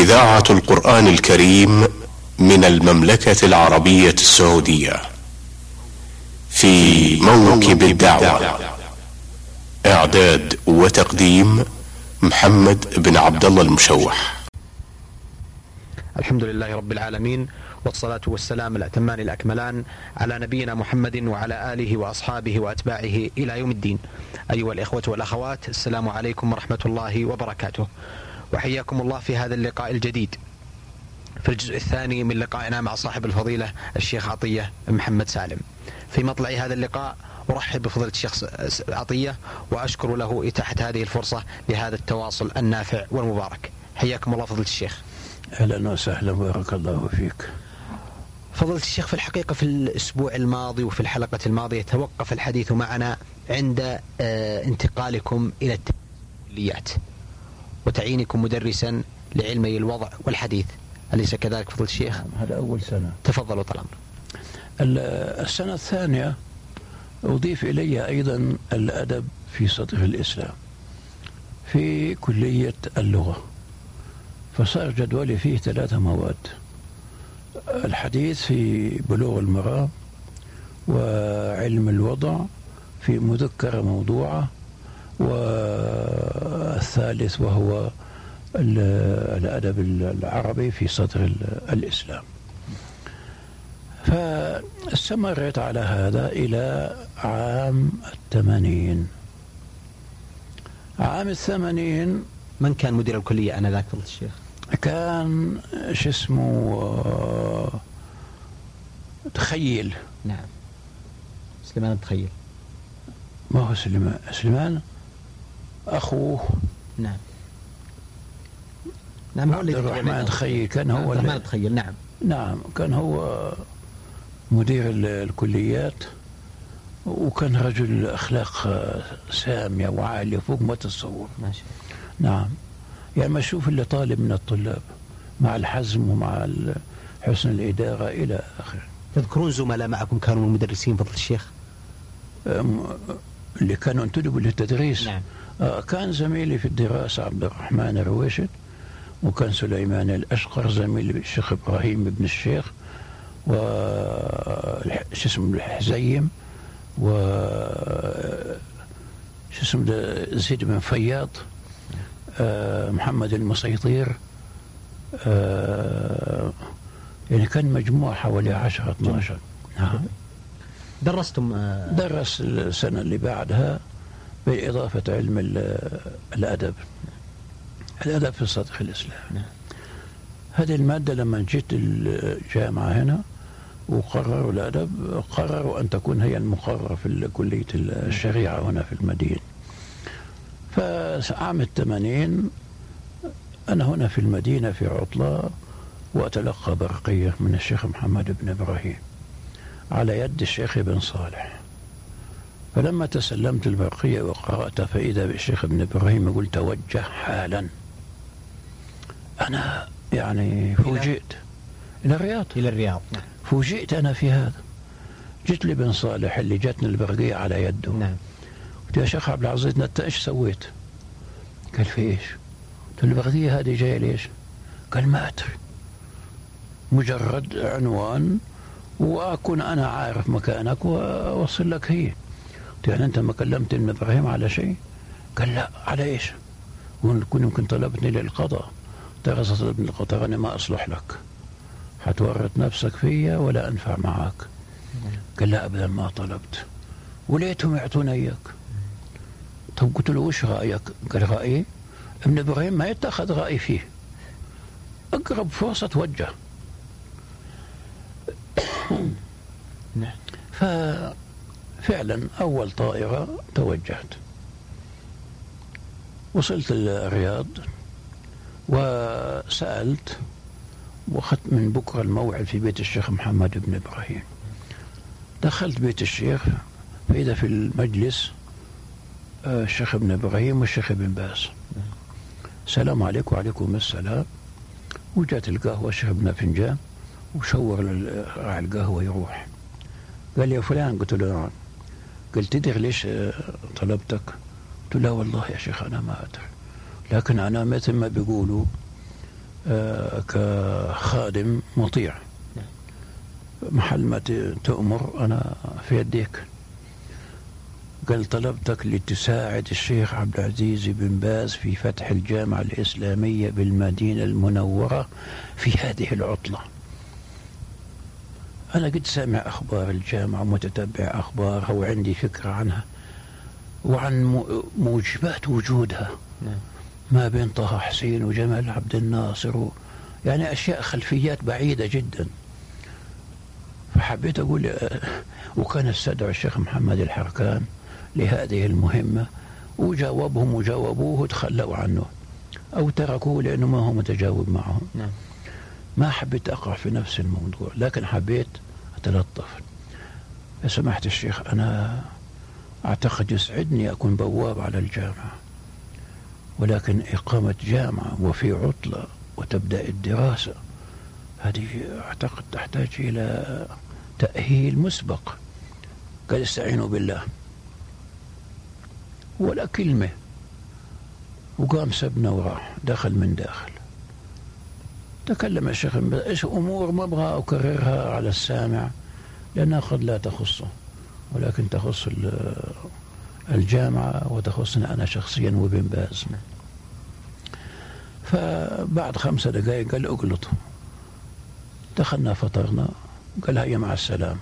إذاعة القرآن الكريم من المملكة العربية السعودية في موكب الدعوة. إعداد وتقديم محمد بن عبد الله المشوح. الحمد لله رب العالمين، والصلاة والسلام الأتمان الأكملان على نبينا محمد وعلى آله وأصحابه وأتباعه إلى يوم الدين. أيها الإخوة والأخوات، السلام عليكم ورحمة الله وبركاته، وحياكم الله في هذا اللقاء الجديد في الجزء الثاني من لقائنا مع صاحب الفضيلة الشيخ عطية محمد سالم. في مطلع هذا اللقاء أرحب بفضيلة الشيخ عطية وأشكر له إتاحة هذه الفرصة لهذا التواصل النافع والمبارك. حياكم الله فضيلة الشيخ. أهلا وسهلا، بارك الله فيك. فضيلة الشيخ، في الحقيقة في الأسبوع الماضي وفي الحلقة الماضية توقف الحديث معنا عند انتقالكم إلى الكليات وتعيينكم مدرسا لعلمي الوضع والحديث، أليس كذلك فضيلة الشيخ؟ هذا أول سنة. تفضلوا طال عمرك. السنة الثانية أضيف إلي أيضا الأدب في صدر الإسلام في كلية اللغة، فصار جدولي فيه 3 مواد: الحديث في بلوغ المرام، وعلم الوضع في مذكرة موضوعة، والثالث وهو الأدب العربي في صدر الإسلام. فاستمرت على هذا إلى عام 80. عام 80 من كان مدير الكلية آنذاك فضيلة الشيخ؟ كان شو اسمه تخيل. نعم، سليمان تخيل. ما هو سليمان أخوه. نعم نعم، هو عبد الرحمن تخيل كان هو الرحمن تخيل. نعم نعم، كان هو مدير الكليات، وكان رجل أخلاق سامية وعالية فوق ما تتصور. ما شاء الله. نعم، يعني ما أشوف إلا طالب من الطلاب مع الحزم ومع حسن الإدارة إلى آخره. تذكرون زملاء معكم كانوا من المدرسين فضل الشيخ اللي كانوا انتدبوا للتدريس؟ نعم. كان زميلي في الدراسة عبد الرحمن الرويشد، وكان سليمان الأشقر زميلي الشيخ إبراهيم بن الشيخ، شو اسمه الحزيم، شو اسمه زيد بن فياض، محمد المسيطير، يعني كان مجموعة حوالي 10-12. نعم. درستم؟ درس السنة اللي بعدها بإضافة علم الأدب في صدر الإسلام. نعم. هذه المادة لما جيت الجامعة هنا وقرروا الأدب، قرروا أن تكون هي المقررة في كلية الشريعة هنا في المدينة. فعام 80 أنا هنا في المدينة في عطلة، وأتلقى برقية من الشيخ محمد بن إبراهيم على يد الشيخ بن صالح. فلما تسلمت البرقية وقرأت فإذا بالشيخ ابن إبراهيم يقول توجه حالا. أنا يعني فوجئت إلى الرياض. فوجئت أنا في هذا. جيت لابن صالح اللي جاتني البرقية على يده. نعم. قلت يا شيخ عبد العزيز أنت إيش سويت؟ قال في إيش؟ قلت له البرقية هذه جاية ليش؟ قال ما أدري، مجرد عنوان وأكون أنا عارف مكانك وأوصل لك هي. قلت يعني أنت ما كلمت ابن إبراهيم على شيء؟ قال لا. على إيش؟ كن يمكن طلبتني للقضاء. درست ابن القضاء أنا ما أصلح لك، حتورط نفسك فيا ولا أنفع معك. قال لا أبدا ما طلبت، وليتهم يعطون إياك. طب قلت له وش رأيك؟ قال رأيي ابن إبراهيم ما يتخذ رأي فيه، أقرب فرصة توجه. ففعلا أول طائرة توجهت، وصلت الرياض وسألت، وأخذت من بكرة الموعد في بيت الشيخ محمد بن إبراهيم. دخلت بيت الشيخ فإذا في المجلس الشيخ ابن إبراهيم والشيخ ابن باز. السلام عليكم. وعليكم السلام. وجات القهوة، الشيخ ابن فنجان وشور راعي القهوة يروح. قال لي يا فلان. قلت له نعم. قلت تدري ليش طلبتك؟ قلت له لا والله يا شيخ أنا ما أدري، لكن أنا مثل ما بيقولوا كخادم مطيع، محل ما تأمر أنا في يديك. قال طلبتك لتساعد الشيخ عبد العزيز بن باز في فتح الجامعة الإسلامية بالمدينة المنورة في هذه العطلة. أنا قد سامع أخبار الجامعة ومتتبع أخبارها وعندي فكرة عنها وعن موجبات وجودها ما بين طه حسين وجمال عبد الناصر يعني أشياء خلفيات بعيدة جدا. فحبيت أقول وكان استدعى الشيخ محمد الحركان لهذه المهمة وجاوبهم وجاوبوه وتخلوا عنه أو تركوه لأنه ما هو متجاوب معهم. ما حبيت أقع في نفس الموضوع، لكن حبيت أتلطف. سمحت الشيخ، أنا أعتقد يسعدني أكون بواب على الجامعة، ولكن إقامة جامعة وفي عطلة وتبدأ الدراسة هذه أعتقد تحتاج إلى تأهيل مسبق. قال استعينوا بالله ولا كلمة، وقام سبنا وراح دخل من داخل. تكلم الشيخ إيش أمور ما أبغى أكررها على السامع لأنها قد لا تخصه، ولكن تخص الجامعة وتخصنا أنا شخصيا وابن باز. فبعد 5 دقائق قال أقلط. دخلنا فطرنا، قال هيا مع السلام.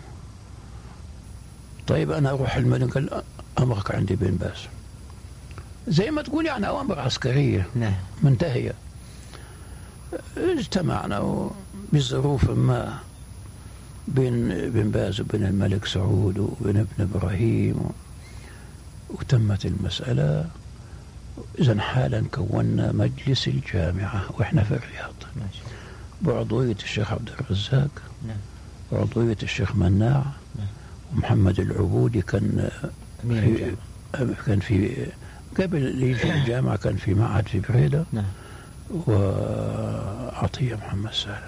طيب أنا أروح المدينة، قال أمرك عندي بن باز. زي ما تقول يعني أوامر عسكرية منتهية. اجتمعنا بظروف ما بين بن باز وبين الملك سعود وبين ابن إبراهيم وتمت المسألة. إذن حالا كونا مجلس الجامعة وإحنا في الرياض بعضوية الشيخ عبد الرزاق وعضوية الشيخ مناع ومحمد العبودي كان في قبل يجي الجامعة كان في معهد في بريدة وعطية محمد سالم.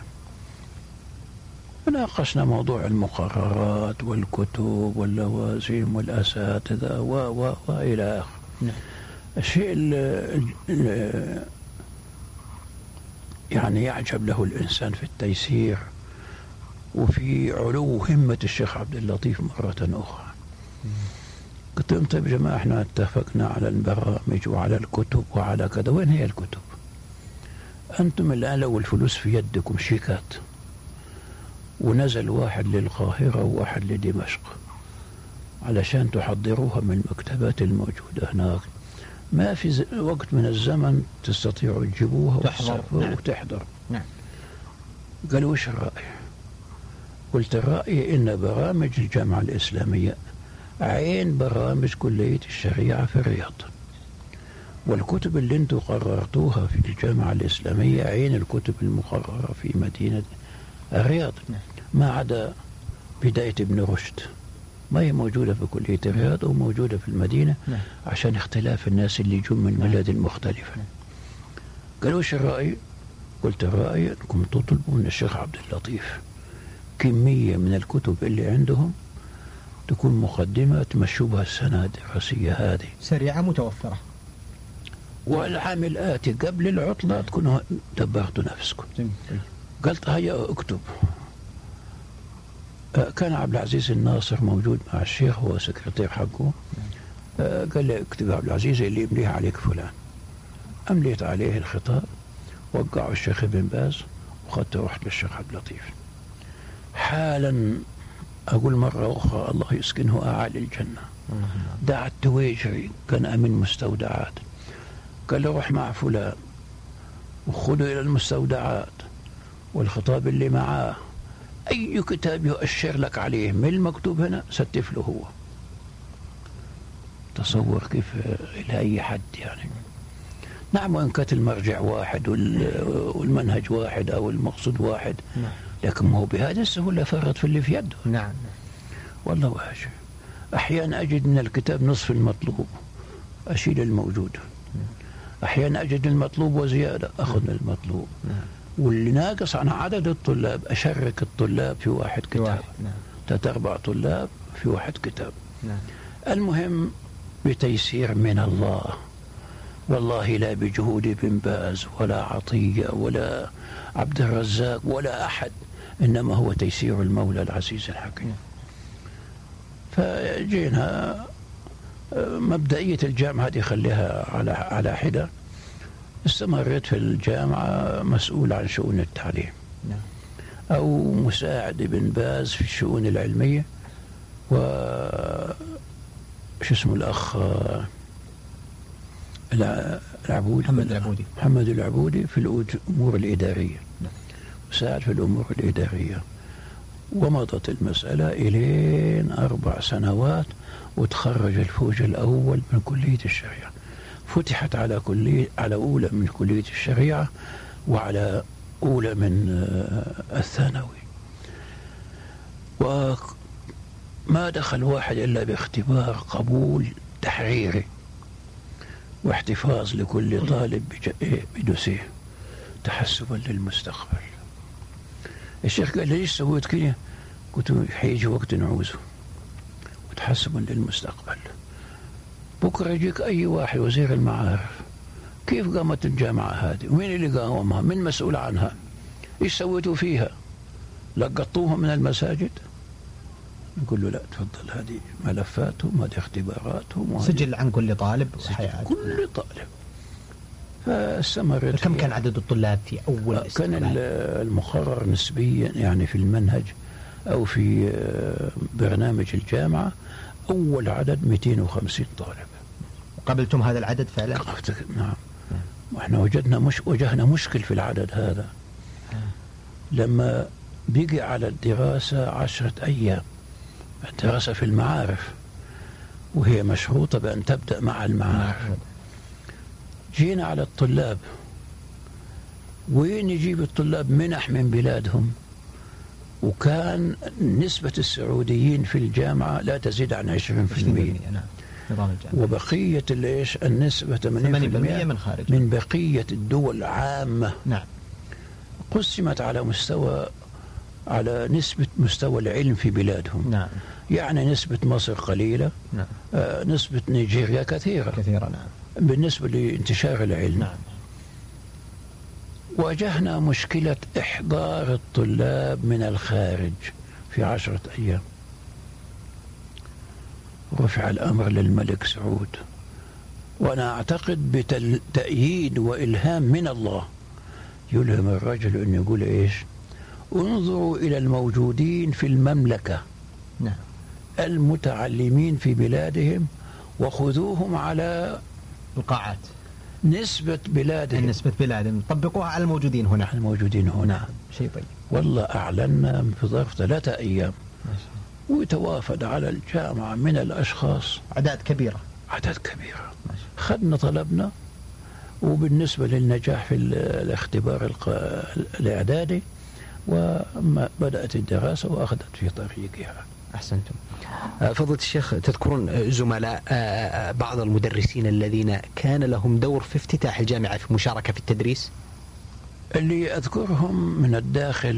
ناقشنا موضوع المقررات والكتب واللوازم والأساتذة وإلى آخره. الشيء يعني يعجب له الإنسان في التيسير وفي علو همة الشيخ عبد اللطيف مرة أخرى. قلت لهم طيب يا جماعة احنا اتفقنا على البرامج وعلى الكتب وعلى كذا، وين هي الكتب؟ أنتم الآن لو الفلوس في يدكم شيكات ونزل واحد للقاهرة وواحد لدمشق علشان تحضروها من المكتبات الموجودة هناك، ما في وقت من الزمن تستطيعوا تجيبوها وتحضر. قالوا وش الرأي؟ قلت الرأي إن برامج الجامعة الإسلامية عين برامج كلية الشريعة في الرياض، والكتب اللي انتم قررتوها في الجامعة الإسلامية عين الكتب المقررة في مدينة الرياض، ما عدا بداية ابن رشد ما هي موجودة في كلية الرياض وموجودة في المدينة عشان اختلاف الناس اللي يجون من بلاد مختلفة. قالوا وش الرأي؟ قلت الرأي أنكم تطلبوا من الشيخ عبد اللطيف كمية من الكتب اللي عندهم تكون مقدمة تمشوا بها السنة الدراسية هذه سريعة متوفرة، والعام الآتي قبل العطلة تكونوا دبرتوا نفسكم. قلت هيا اكتب. كان عبد العزيز الناصر موجود مع الشيخ هو سكرتير حقه. قال لي اكتب عبد العزيز اللي يمليها عليك فلان. أمليت عليه الخطاب، وقعوا الشيخ ابن باز وخدته ورحت للشيخ عبد اللطيف. حالا أقول مرة أخرى الله يسكنه أعالي الجنة، دعا التويجري كان أمين مستودعات، قال له روح مع فلان وخذوا إلى المستودعات والخطاب اللي معاه أي كتاب يؤشر لك عليه من المكتوب هنا ستف له هو. تصور كيف إلى أي حد يعني. نعم وإن كانت المرجع واحد والمنهج واحد أو المقصود واحد، لكن ما هو بهذا السهولة فرط في اللي في يده. نعم والله واجه. أحيانا أجد من الكتاب نصف المطلوب أشيل الموجود، أحيانا أجد المطلوب وزيادة أخذ المطلوب، واللي ناقص عن عدد الطلاب أشرك الطلاب في واحد كتاب، 3-4 طلاب في واحد كتاب. المهم بتيسير من الله، والله لا بجهود ابن باز ولا عطية عبد الرزاق ولا أحد، إنما هو تيسير المولى العزيز الحكيم. فجينا مبدئية الجامعة دي خليها على حدة. استمريت في الجامعة مسؤول عن شؤون التعليم أو مساعد ابن باز في الشؤون العلمية، و شو اسمه الأخ العبودي، محمد العبودي في الأمور الإدارية، مساعد في الأمور الإدارية. ومضت المسألة إلين 4 سنوات، وتخرج الفوج الأول من كلية الشريعة. فتحت على أولى من كلية الشريعة وعلى أولى من الثانوي، وما دخل واحد إلا باختبار قبول تحريري واحتفاظ لكل طالب بدوسيه تحسبا للمستقبل. الشيخ قال لي: ليش سويت كده؟ قلت له: حيجي وقت نعوزه، وتحسبا للمستقبل. بكرة يجيك أي واحد وزير المعارف، كيف قامت الجامعة هذه؟ ومين اللي قاومها؟ من مسؤول عنها؟ إيش سويتوا فيها؟ لقطوها من المساجد؟ نقول له: لا، تفضل، هذه ملفاتهم، هذه اختباراتهم، سجل عن كل طالب وحياته، كل طالب. فاستمرت. كم كان عدد الطلاب في أول كان المقرر نسبيا، يعني في المنهج أو في برنامج الجامعة، أول عدد 250 طالب. وقبلتم هذا العدد فعلا؟ نعم. وإحنا واجهنا مشكل في العدد هذا. لما بيجي على الدراسة 10 أيام، الدراسة في المعارف، وهي مشروطة بأن تبدأ مع المعارف. جينا على الطلاب، وين يجيب الطلاب منح من بلادهم، وكان نسبة السعوديين في الجامعة لا تزيد عن 20%. وبقية النسبة 80% من خارج، من بقية الدول عامة. نعم. قسمت على نسبة مستوى العلم في بلادهم. نعم. يعني نسبة مصر قليلة. نعم. نسبة نيجيريا كثيرة. نعم. بالنسبة لانتشار العلم. نعم. واجهنا مشكلة إحضار الطلاب من الخارج في 10 أيام. رفع الأمر للملك سعود، وأنا أعتقد بتأييد وإلهام من الله يلهم الرجل أن يقول إيش: انظروا إلى الموجودين في المملكة. نعم. المتعلمين في بلادهم، وخذوهم على القاعات، نسبة بلادهم طبقوها على الموجودين هنا. نعم. شيء طيب. والله أعلنا في ظرف 3 أيام، ويتوافد على الجامعة من الأشخاص أعداد كبيرة. خدنا طلبنا. وبالنسبة للنجاح في الاختبار الإعدادي، وما بدأت الدراسة وأخذت في طريقها. أحسنتم. فضيلة الشيخ، تذكرون زملاء بعض المدرسين الذين كان لهم دور في افتتاح الجامعة في مشاركة في التدريس؟ اللي أذكرهم من الداخل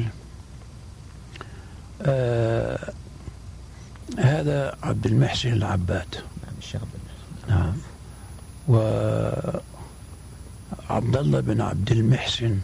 هذا عبد المحسن العباد. الشيخ عبد المحسن. نعم. وعبد الله بن عبد المحسن،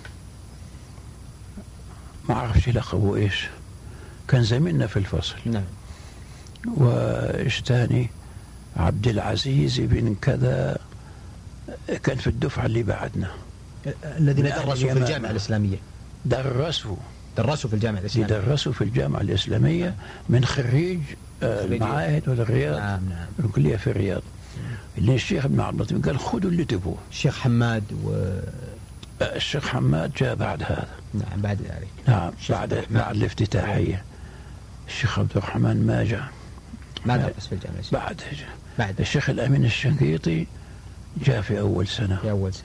ما أعرفش لقبه إيش، كان زميلنا في الفصل. نعم. وإيش تاني، عبد العزيز بن كذا، كان في الدفعة اللي بعدنا، الذين درسوا في الجامعة الإسلامية. درسوا في الجامعة الإسلامية. درسوا في الجامعة الإسلامية من خريج المعاهد والرياض. نعم. الكلية في الرياض. اللي الشيخ ابن عبد اللطيف قال: خذوا اللي تبوه. الشيخ حماد الشيخ حماد جاء بعد هذا. نعم. بعد ذلك. نعم. بعد الافتتاحية. الشيخ عبد الرحمن ما جاء، ما درس في الجامعة الإسلامية. بعد الشيخ الأمين الشنقيطي جاء في أول سنة.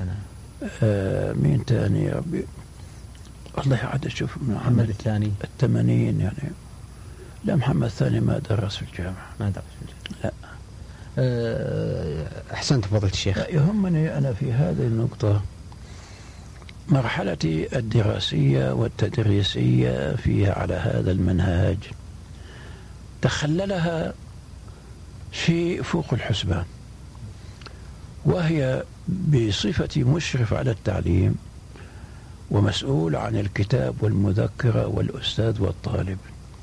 مين تاني يا ربي؟ والله عاد أشوف. محمد الثاني 80 يعني. لا، محمد الثاني ما درس في الجامعة. لا. أحسنت فضيلة الشيخ. يهمني أنا في هذه النقطة مرحلتي الدراسية والتدريسية فيها على هذا المنهاج تخللها شيء فوق الحسبان، وهي بصفتي مشرف على التعليم ومسؤول عن الكتاب والمذكرة والأستاذ والطالب.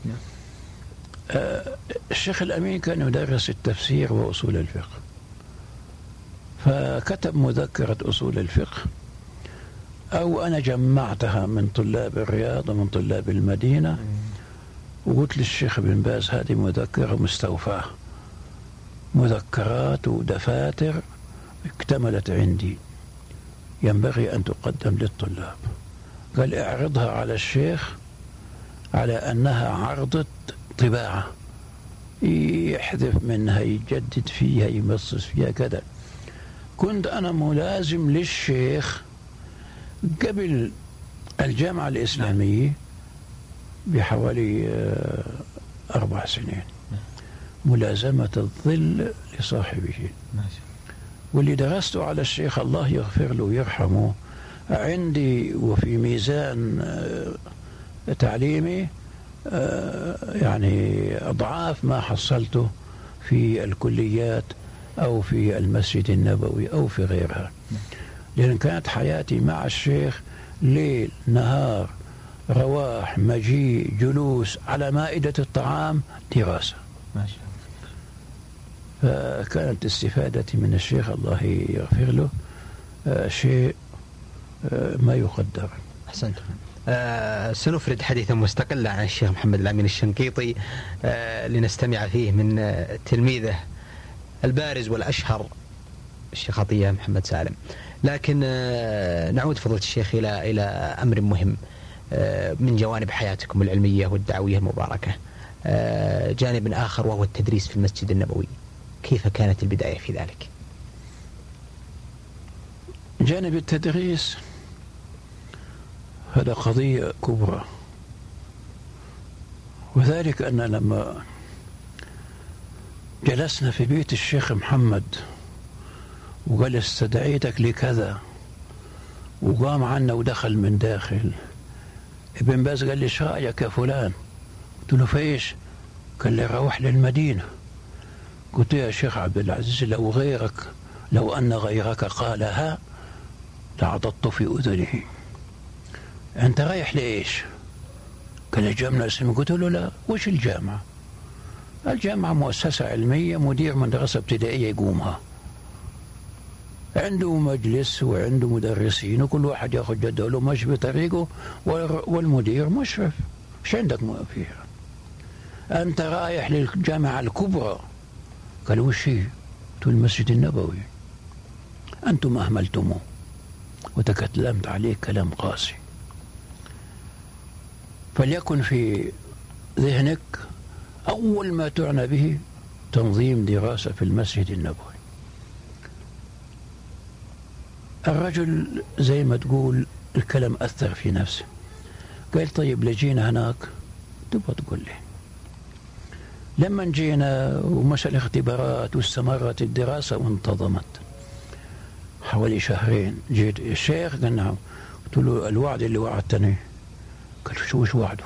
الشيخ الأمين كان يدرس التفسير وأصول الفقه، فكتب مذكرة أصول الفقه، أو أنا جمعتها من طلاب الرياض ومن طلاب المدينة، وقلت للشيخ بن باز هذه مذكرة مستوفاة، مذكرات ودفاتر اكتملت عندي، ينبغي أن تقدم للطلاب. قال اعرضها على الشيخ على أنها عرضة طباعة، يحذف منها، يجدد فيها، يمصص فيها كذا. كنت أنا ملازم للشيخ قبل الجامعة الإسلامية بحوالي 4 سنين، ملازمة الظل لصاحبه. واللي درسته على الشيخ الله يغفر له ويرحمه عندي وفي ميزان تعليمي يعني أضعاف ما حصلته في الكليات أو في المسجد النبوي أو في غيرها، لأن كانت حياتي مع الشيخ ليل نهار، رواح مجيء جلوس على مائدة الطعام، دراسة. ما شاء الله. فكانت استفادتي من الشيخ الله يغفر له شيء ما يقدر. أحسنتم. سنفرد حديثا مستقلا عن الشيخ محمد الأمين الشنقيطي لنستمع فيه من تلميذه البارز والأشهر الشيخ عطية محمد سالم. لكن نعود فضيلة الشيخ إلى أمر مهم من جوانب حياتكم العلمية والدعوية المباركة، جانب آخر وهو التدريس في المسجد النبوي. كيف كانت البداية في ذلك؟ جانب التدريس هذا قضية كبرى، وذلك أن لما جلسنا في بيت الشيخ محمد وقال استدعيتك لكذا، وقام عنا ودخل من داخل، ابن باز قال لي شو رأيك يا فلان؟ قلت له فايش؟ قال لي روح للمدينة. قلت يا شيخ عبد العزيز لو أن غيرك قالها لعضضت في أذنه. أنت رايح لإيش؟ قال الجامعة الإسلامية. قلت له لا. وش الجامعة؟ الجامعة مؤسسة علمية، مدير مدرسة ابتدائية يقومها، عنده مجلس وعنده مدرسين وكل واحد ياخذ جدوله وماشي بطريقه، والمدير مشرف. ايش عندك فيها؟ أنت رايح للجامعة الكبرى. قال وش هي؟ قلت المسجد النبوي. أنتم أهملتموه وتكلمت عليه كلام قاسي. فليكن في ذهنك أول ما تعنى به تنظيم دراسة في المسجد النبوي. الرجل زي ما تقول الكلام أثر في نفسه. قال طيب لجينا هناك تبغى تقول لي. لما جينا ومشى الاختبارات واستمرت الدراسة وانتظمت حوالي 2 شهرين، جيت الشيخ قال نعم. قلت له الوعد اللي وعدتني. قال وش وعده؟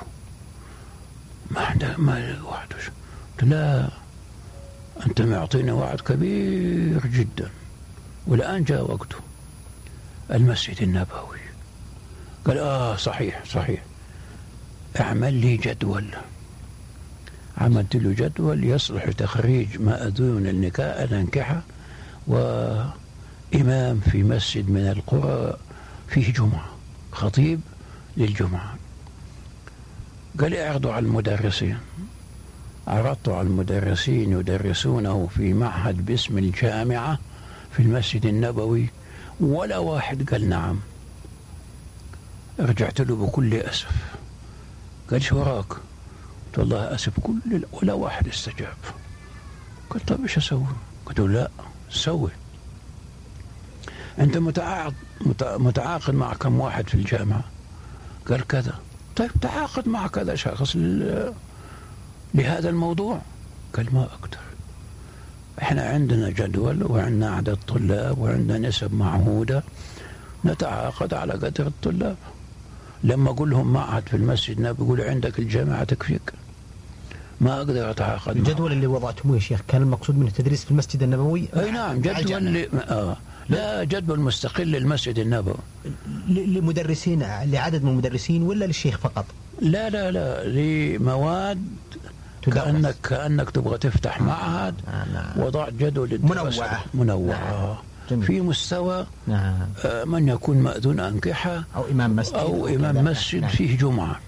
ما وعده. قلت لا، أنت معطينا وعد كبير جدا والآن جاء وقته، المسجد النبوي. قال صحيح اعمل لي جدول. عملت له جدول يصلح لتخريج مأذون الأنكحة وإمام في مسجد من القرى فيه جمعة، خطيب للجمعة. قال اعرضوا على المدرسين. عرضت على المدرسين يدرسونه في معهد باسم الجامعة في المسجد النبوي، ولا واحد قال نعم. رجعت له بكل أسف. قال شو وراك؟ قلت والله أسف ولا واحد استجاب. قلت طيب ايش أسوي؟ قلت له لا سوي. أنت متعاقد مع كم واحد في الجامعة؟ قال كذا. طيب تعاقد مع كذا شخص لهذا الموضوع. قال ما أقدر، احنا عندنا جدول وعندنا عدد طلاب وعندنا نسب معهودة، نتعاقد على قدر الطلاب. لما أقول لهم معهد في المسجد النبوي يقول عندك الجامعة تكفيك، ما أقدر أتعاقد. الجدول اللي وضعتموه يا شيخ كان المقصود منه التدريس في المسجد النبوي؟ أي نعم، جدول لا، جدول مستقل للمسجد النبوي لمدرسين، لعدد من المدرسين ولا للشيخ فقط؟ لا لمواد كأنك تبغى تفتح معهد. وضع جدول الدراسة منوعة في مستوى من يكون مأذون أنكحة أو إمام مسجد فيه جمعة.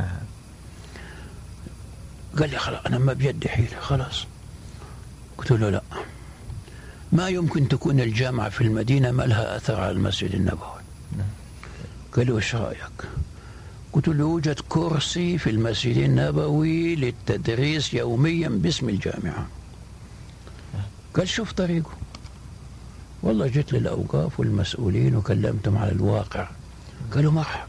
قال لي خلاص أنا ما بيدي حيلة خلاص. قلت له لا، ما يمكن تكون الجامعة في المدينة ما لها أثر على المسجد النبوي. قال لي وش رأيك؟ قلت له يوجد كرسي في المسجد النبوي للتدريس يوميا باسم الجامعة. قال شوف طريقه. والله جيت للأوقاف والمسؤولين وكلمتهم على الواقع، قالوا مرحب.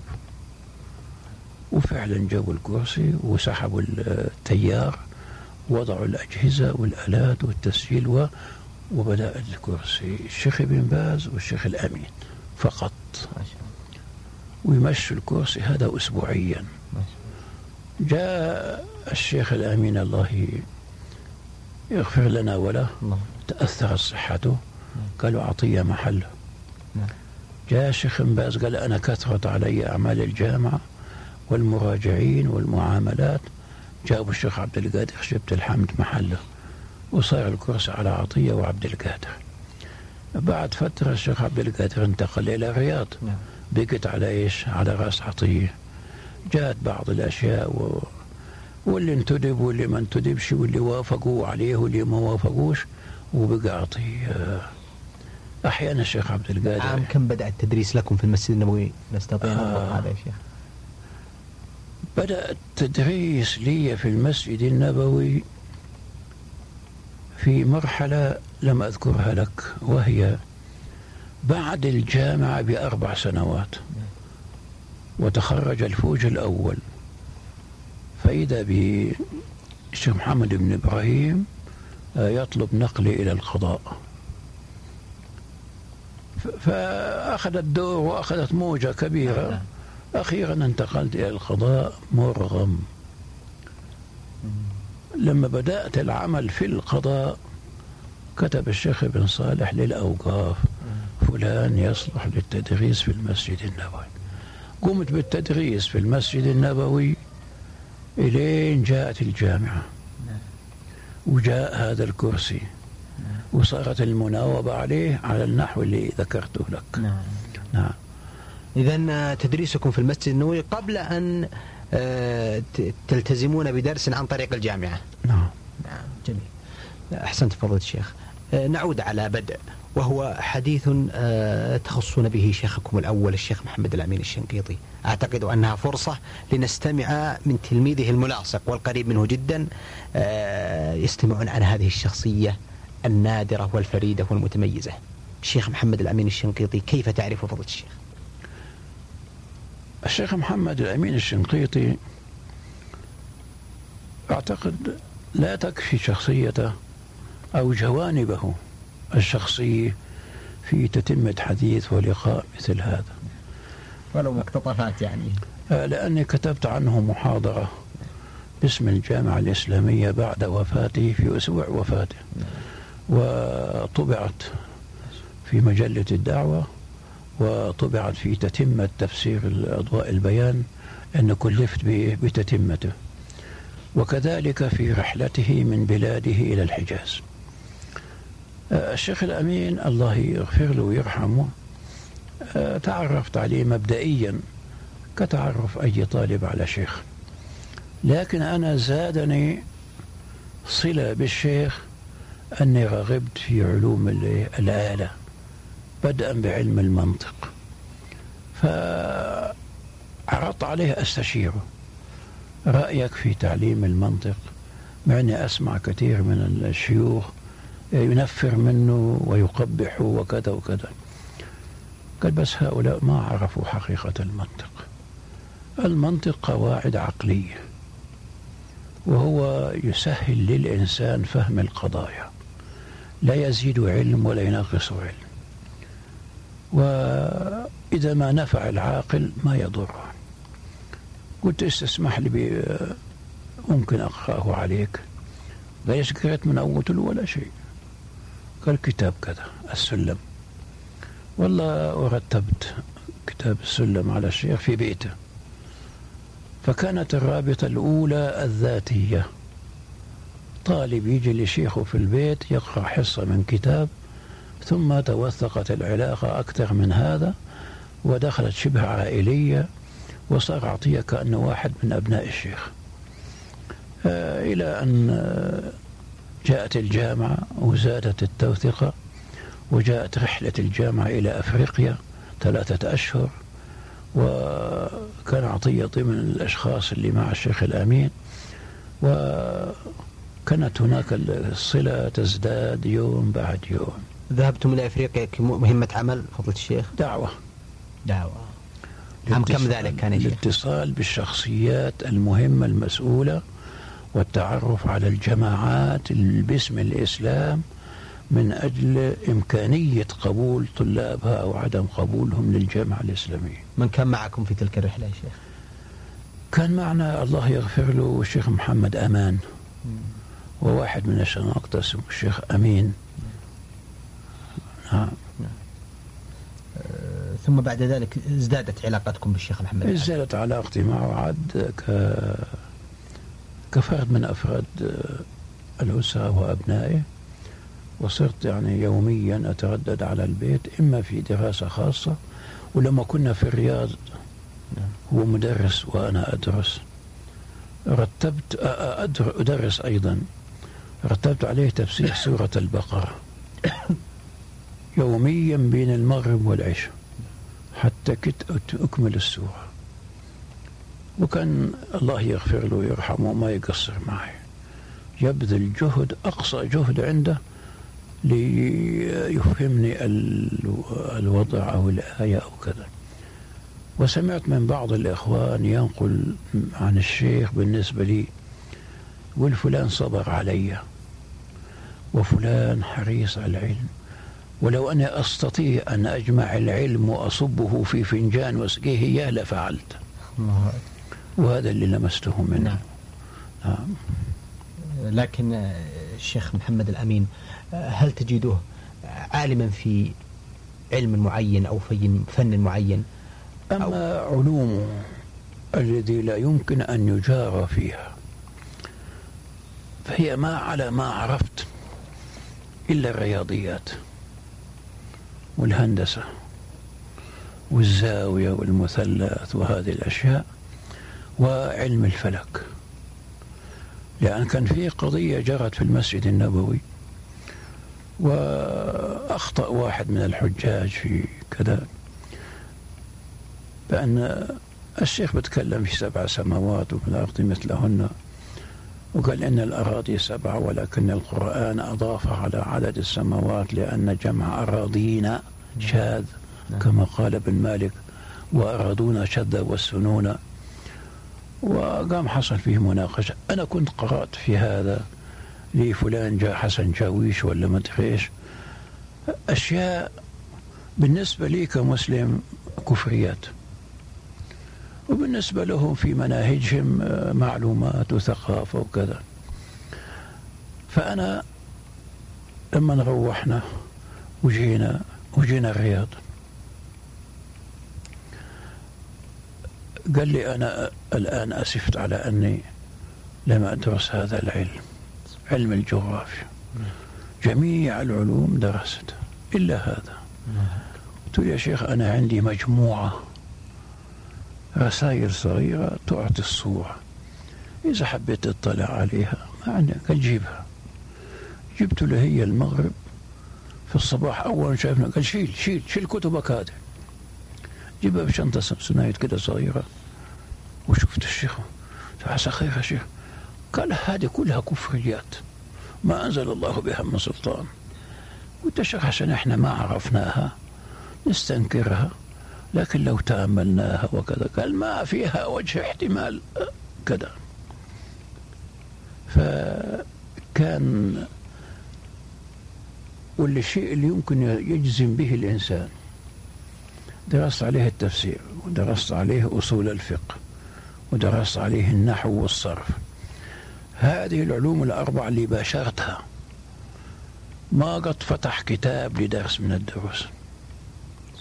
وفعلا جابوا الكرسي وسحبوا التيار، وضعوا الأجهزة والآلات والتسجيل وبدأ الكرسي الشيخ ابن باز والشيخ الأمين فقط، ويمشوا الكرسي هذا أسبوعيا. جاء الشيخ الأمين الله يغفر لنا وله، تأثرت صحته، قالوا أعطيه محله. جاء الشيخ ابن باز قال أنا كثرت علي أعمال الجامعة والمراجعين والمعاملات، جابوا الشيخ عبد القادر شبت الحمد محله، وصار الكرسي على عطية وعبد القادر. بعد فترة الشيخ عبد القادر انتقل إلى الرياض، بقت على إيش؟ على رأس عطية. جاءت بعض الأشياء واللي انتدب واللي ما انتدبش، واللي وافقوا عليه واللي ما وافقوش، وبقى عطية. أحيانا الشيخ عبد القادر. عام كم بدأ التدريس لكم في المسجد النبوي؟ نستطيع نطلق هذا يا شيخ. بدأ التدريس لي في المسجد النبوي في مرحلة لم أذكرها لك، وهي بعد الجامعة ب4 سنوات، وتخرج الفوج الأول، فإذا بالشيخ محمد بن إبراهيم يطلب نقلي إلى القضاء، فأخذت دور وأخذت موجة كبيرة. أخيرا انتقلت إلى القضاء مرغم. لما بدأت العمل في القضاء كتب الشيخ ابن صالح للأوقاف فلان يصلح للتدريس في المسجد النبوي. قمت بالتدريس في المسجد النبوي إلين جاءت الجامعة وجاء هذا الكرسي وصارت المناوبة عليه على النحو اللي ذكرته لك. نعم. إذن تدريسكم في المسجد النبوي قبل أن تلتزمون بدرس عن طريق الجامعة. نعم. جميل. أحسنت فضيلة الشيخ. نعود على بدء، وهو حديث تخصون به شيخكم الأول الشيخ محمد الأمين الشنقيطي. أعتقد أنها فرصة لنستمع من تلميذه الملاصق والقريب منه جدا، يستمعون عن هذه الشخصية النادرة والفريدة والمتميزة. الشيخ محمد الأمين الشنقيطي كيف تعرف فضيلة الشيخ؟ الشيخ محمد الأمين الشنقيطي أعتقد لا تكفي شخصيته أو جوانبه الشخصية في تتمة حديث ولقاء مثل هذا، ولو مقتطفات يعني. لأني كتبت عنه محاضرة باسم الجامعة الإسلامية بعد وفاته في أسبوع وفاته، وطبعت في مجلة الدعوة، وطبعت في تتمة تفسير الأضواء البيان، أن كلفت بتتمته، وكذلك في رحلته من بلاده إلى الحجاز. الشيخ الأمين الله يغفر له ويرحمه تعرفت عليه مبدئيا كتعرف أي طالب على شيخ، لكن أنا زادني صلة بالشيخ أني رغبت في علوم الآلة، بدءا بعلم المنطق، فعرضت عليه أستشيره رأيك في تعليم المنطق، مع أني أسمع كثير من الشيوخ ينفر منه ويقبح وكذا وكذا. قال بس هؤلاء ما عرفوا حقيقة المنطق. المنطق قواعد عقلية، وهو يسهل للإنسان فهم القضايا، لا يزيد علم ولا ينقص علم، وإذا ما نفع العاقل ما يضره. قلت استسمح لي ممكن أقرأه عليك؟ قال قرأت من أول ولا شيء. قال كتاب كذا السلم. والله ورتبت كتاب السلم على الشيخ في بيته، فكانت الرابطة الأولى الذاتية، طالب يجي لشيخه في البيت يقرأ حصة من كتاب، ثم توثقت العلاقة أكثر من هذا ودخلت شبه عائلية، وصار عطية كأنه واحد من أبناء الشيخ، إلى أن جاءت الجامعة وزادت التوثقة، وجاءت رحلة الجامعة إلى أفريقيا 3 أشهر، وكان عطية ضمن الأشخاص اللي مع الشيخ الأمين، وكانت هناك الصلة تزداد يوم بعد يوم. ذهبتم إلى أفريقيا كمهمة عمل فضل الشيخ؟ دعوة. عام كم ذلك كان يا شيخ؟ الاتصال بالشخصيات المهمة المسؤولة، والتعرف على الجماعات باسم الإسلام من أجل إمكانية قبول طلابها أو عدم قبولهم للجامعة الإسلامية. من كان معكم في تلك الرحلة يا شيخ؟ كان معنا الله يغفر له الشيخ محمد أمان، وواحد من الشناقطة اسمه الشيخ أمين. نعم. ثم بعد ذلك ازدادت علاقتكم بالشيخ محمد أمان؟ ازدادت علاقتي معه عاد كفرد من أفراد الأسرة وأبنائه، وصرت يعني يوميا أتردد على البيت، إما في دراسة خاصة، ولما كنا في الرياض هو مدرس وأنا أدرس، رتبت أدرس أيضا، رتبت عليه تفسير سورة البقرة يوميا بين المغرب والعشاء حتى أكمل السورة، وكان الله يغفر له ويرحمه ما يقصر معي، يبذل جهد أقصى جهد عنده ليفهمني الوضع أو الآية أو كذا. وسمعت من بعض الإخوان ينقل عن الشيخ بالنسبة لي، والفلان صبر علي، وفلان حريص على العلم، ولو أنا أستطيع أن أجمع العلم وأصبه في فنجان واسقيه إياه لفعلت. وهذا اللي لمسته منه. نعم. لكن الشيخ محمد الأمين هل تجده عالما في علم معين أو في فن معين؟ أما علومه الذي لا يمكن أن يجار فيها فهي ما على ما عرفت إلا الرياضيات والهندسة والزاوية والمثلث وهذه الأشياء، وعلم الفلك، لأن كان في قضية جرت في المسجد النبوي، وأخطأ واحد من الحجاج في كذا، بأن الشيخ بتكلم في 7 سماوات وفي الأرض مثلهن، وقال إن الأراضي 7، ولكن القرآن أضاف على عدد السماوات لأن جمع أراضينا شاذ، كما قال ابن مالك، وأرادونا شذ والسنون، وقام حصل فيه مناقشة. أنا كنت قرأت في هذا لفلان جاء حسن جاويش ولا ما أدري إيش، أشياء بالنسبة لي كمسلم كفريات، وبالنسبة لهم في مناهجهم معلومات وثقافة وكذا. فأنا لما روحنا وجينا الرياض، قال لي أنا الآن أسفت على أني لم أدرس هذا العلم، علم الجغرافيا، جميع العلوم درستها إلا هذا. قلت له يا شيخ أنا عندي مجموعة رسائل صغيرة تعطي الصورة، إذا حبيت تطلع عليها ما عندك، قال جيبها. جبت له هي المغرب في الصباح، أول شايفنا قال شيل كتبك هذه، جيبها بشنطة سمسونايت كده صغيرة. وشفت الشيخ فعسى خير يا شيخ، قال هذه كلها كفريات ما أنزل الله بها من سلطان. قلت الشيخ عشان احنا ما عرفناها نستنكرها، لكن لو تأملناها وكذا، قال ما فيها وجه احتمال كذا. فكان والشيء اللي يمكن يجزم به الإنسان، درست عليه التفسير، ودرست عليه أصول الفقه، ودرست عليه النحو والصرف، هذه العلوم ال4 اللي باشرتها ما قد فتح كتاب لدرس من الدروس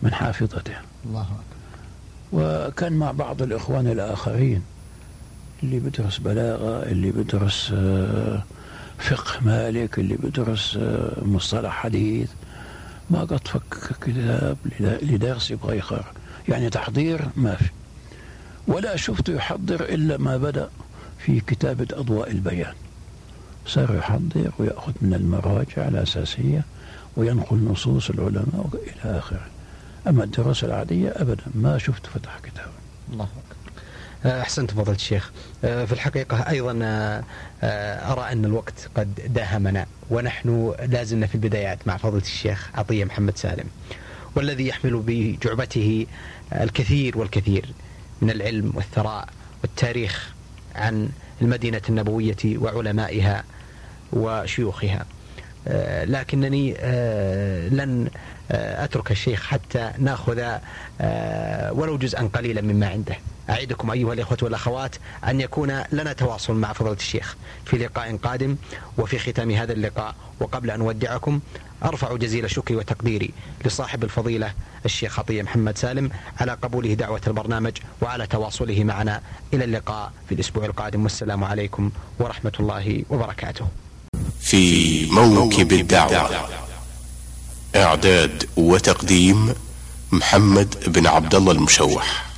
من حافظته. الله أكبر. وكان مع بعض الإخوان الآخرين اللي بدرس بلاغة، اللي بدرس فقه مالك، اللي بدرس مصطلح حديث، ما قد فك كتاب لدرس يبغى يقرأ، يعني تحضير ما في، ولا شفته يحضر إلا ما بدأ في كتابة أضواء البيان، صار يحضر ويأخذ من المراجع الأساسية وينقل نصوص العلماء إلى آخره. أما الدراسة العادية أبدا ما شفت فتح كتاب. الله أكبر. أحسنت فضيلة الشيخ. في الحقيقة أيضا أرى أن الوقت قد داهمنا، ونحن لازلنا في البدايات مع فضيلة الشيخ عطية محمد سالم، والذي يحمل بجعبته الكثير والكثير من العلم والثراء والتاريخ عن المدينة النبوية وعلمائها وشيوخها. لكنني لن أترك الشيخ حتى نأخذ ولو جزءا قليلا مما عنده. أعيدكم أيها الإخوة والأخوات أن يكون لنا تواصل مع فضيلة الشيخ في لقاء قادم. وفي ختام هذا اللقاء وقبل أن أودعكم أرفع جزيل شكري وتقديري لصاحب الفضيلة الشيخ عطية محمد سالم على قبوله دعوة البرنامج وعلى تواصله معنا. إلى اللقاء في الأسبوع القادم، والسلام عليكم ورحمة الله وبركاته. في موكب الدعوة، إعداد وتقديم محمد بن عبد الله المشوح.